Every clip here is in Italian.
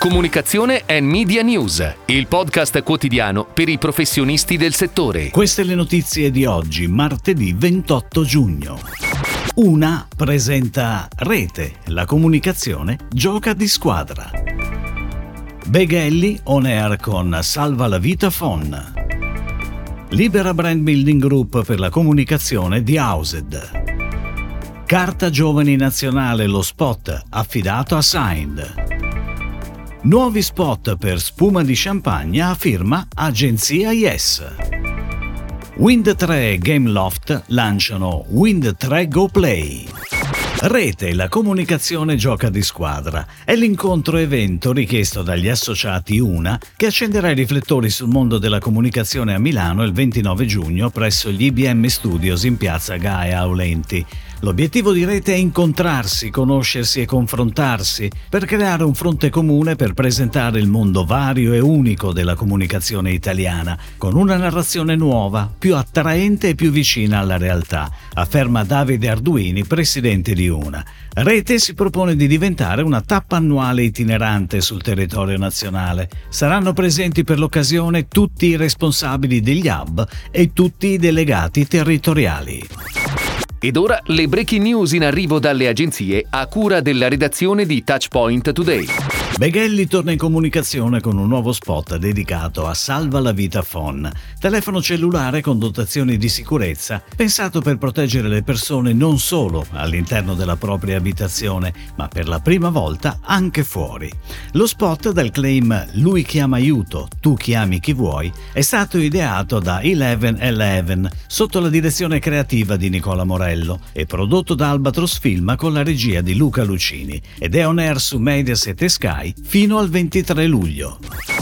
Comunicazione e Media News, il podcast quotidiano per i professionisti del settore. Queste le notizie di oggi, martedì 28 giugno. Una presenta Rete, la comunicazione gioca di squadra. Beghelli on air con Salva la Vita Phon. Libera Brand Building Group per la comunicazione di Housed. Carta Giovani Nazionale, lo spot affidato a Signed. Nuovi spot per spuma di champagne a firma Agenzia Yes. Wind 3 e Gameloft lanciano Wind 3 Go Play. Rete, la comunicazione gioca di squadra. È l'incontro evento richiesto dagli associati Una che accenderà i riflettori sul mondo della comunicazione a Milano il 29 giugno presso gli IBM Studios in piazza Gaia Aulenti. L'obiettivo di Rete è incontrarsi, conoscersi e confrontarsi per creare un fronte comune per presentare il mondo vario e unico della comunicazione italiana, con una narrazione nuova, più attraente e più vicina alla realtà, afferma Davide Arduini, presidente di Una. Rete si propone di diventare una tappa annuale itinerante sul territorio nazionale. Saranno presenti per l'occasione tutti i responsabili degli hub e tutti i delegati territoriali. Ed ora le breaking news in arrivo dalle agenzie a cura della redazione di Touchpoint Today. Beghelli torna in comunicazione con un nuovo spot dedicato a Salva la Vita Phon, telefono cellulare con dotazioni di sicurezza pensato per proteggere le persone non solo all'interno della propria abitazione, ma per la prima volta anche fuori. Lo spot dal claim "Lui chiama aiuto, tu chiami chi vuoi" è stato ideato da 1111 sotto la direzione creativa di Nicola Morello e prodotto da Albatros Film con la regia di Luca Lucini ed è on air su Mediaset e Sky fino al 23 luglio.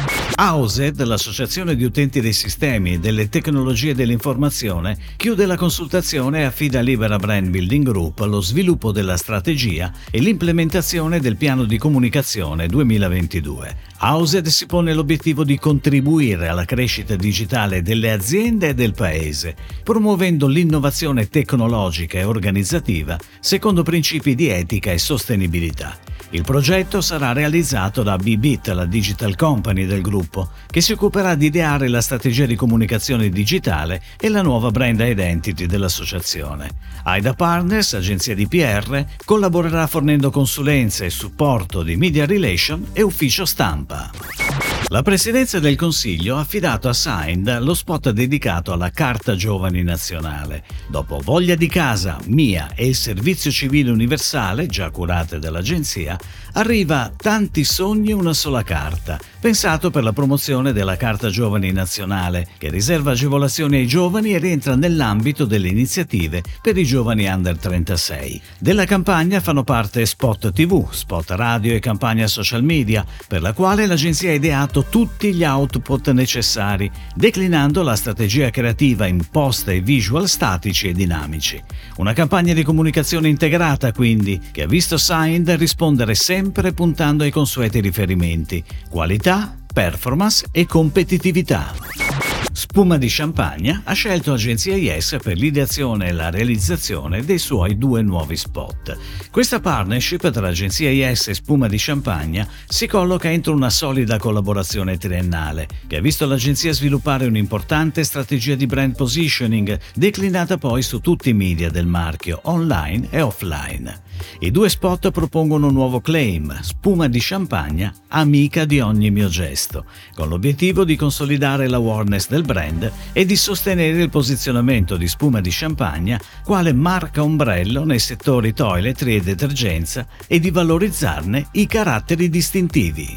Housed, l'associazione di utenti dei sistemi e delle tecnologie dell'informazione, chiude la consultazione e affida a Libera Brand Building Group lo sviluppo della strategia e l'implementazione del piano di comunicazione 2022. Housed si pone l'obiettivo di contribuire alla crescita digitale delle aziende e del paese, promuovendo l'innovazione tecnologica e organizzativa secondo principi di etica e sostenibilità. Il progetto sarà realizzato da Bibit, la digital company del gruppo, che si occuperà di ideare la strategia di comunicazione digitale e la nuova brand identity dell'associazione. AIDA Partners, agenzia di PR, collaborerà fornendo consulenze e supporto di media relation e ufficio stampa. La Presidenza del Consiglio ha affidato a Signed lo spot dedicato alla Carta Giovani Nazionale. Dopo Voglia di Casa, Mia e il Servizio Civile Universale, già curate dall'agenzia, arriva Tanti Sogni Una Sola Carta, pensato per la promozione della Carta Giovani Nazionale, che riserva agevolazioni ai giovani e rientra nell'ambito delle iniziative per i giovani under 36. Della campagna fanno parte spot TV, spot radio e campagna social media, per la quale l'agenzia ha ideato tutti gli output necessari, declinando la strategia creativa in post e visual statici e dinamici. Una campagna di comunicazione integrata, quindi, che ha visto Signed rispondere sempre puntando ai consueti riferimenti: qualità, performance e competitività. Spuma di Champagne ha scelto Agenzia Yes per l'ideazione e la realizzazione dei suoi 2 nuovi spot. Questa partnership tra Agenzia Yes e Spuma di Champagne si colloca entro una solida collaborazione triennale, che ha visto l'agenzia sviluppare un'importante strategia di brand positioning, declinata poi su tutti i media del marchio, online e offline. I 2 spot propongono un nuovo claim, Spuma di Champagne, amica di ogni mio gesto, con l'obiettivo di consolidare l'awareness del brand e di sostenere il posizionamento di Spuma di Champagne quale marca ombrello nei settori toiletry e detergenza e di valorizzarne i caratteri distintivi.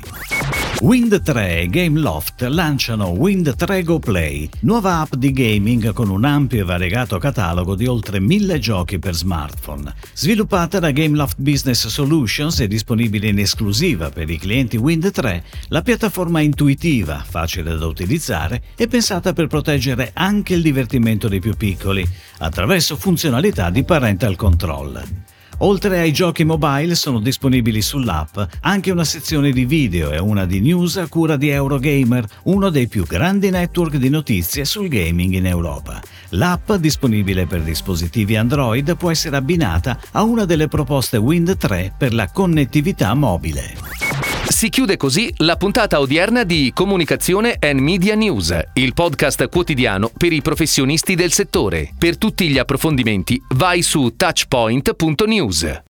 Wind 3 e Gameloft lanciano Wind 3 Go Play, nuova app di gaming con un ampio e variegato catalogo di oltre 1000 giochi per smartphone. Sviluppata da Gameloft Business Solutions e disponibile in esclusiva per i clienti Wind 3, la piattaforma è intuitiva, facile da utilizzare e pensata per proteggere anche il divertimento dei più piccoli, attraverso funzionalità di parental control. Oltre ai giochi mobile sono disponibili sull'app anche una sezione di video e una di news a cura di Eurogamer, uno dei più grandi network di notizie sul gaming in Europa. L'app, disponibile per dispositivi Android, può essere abbinata a una delle proposte Wind 3 per la connettività mobile. Si chiude così la puntata odierna di Comunicazione and Media News, il podcast quotidiano per i professionisti del settore. Per tutti gli approfondimenti vai su touchpoint.news.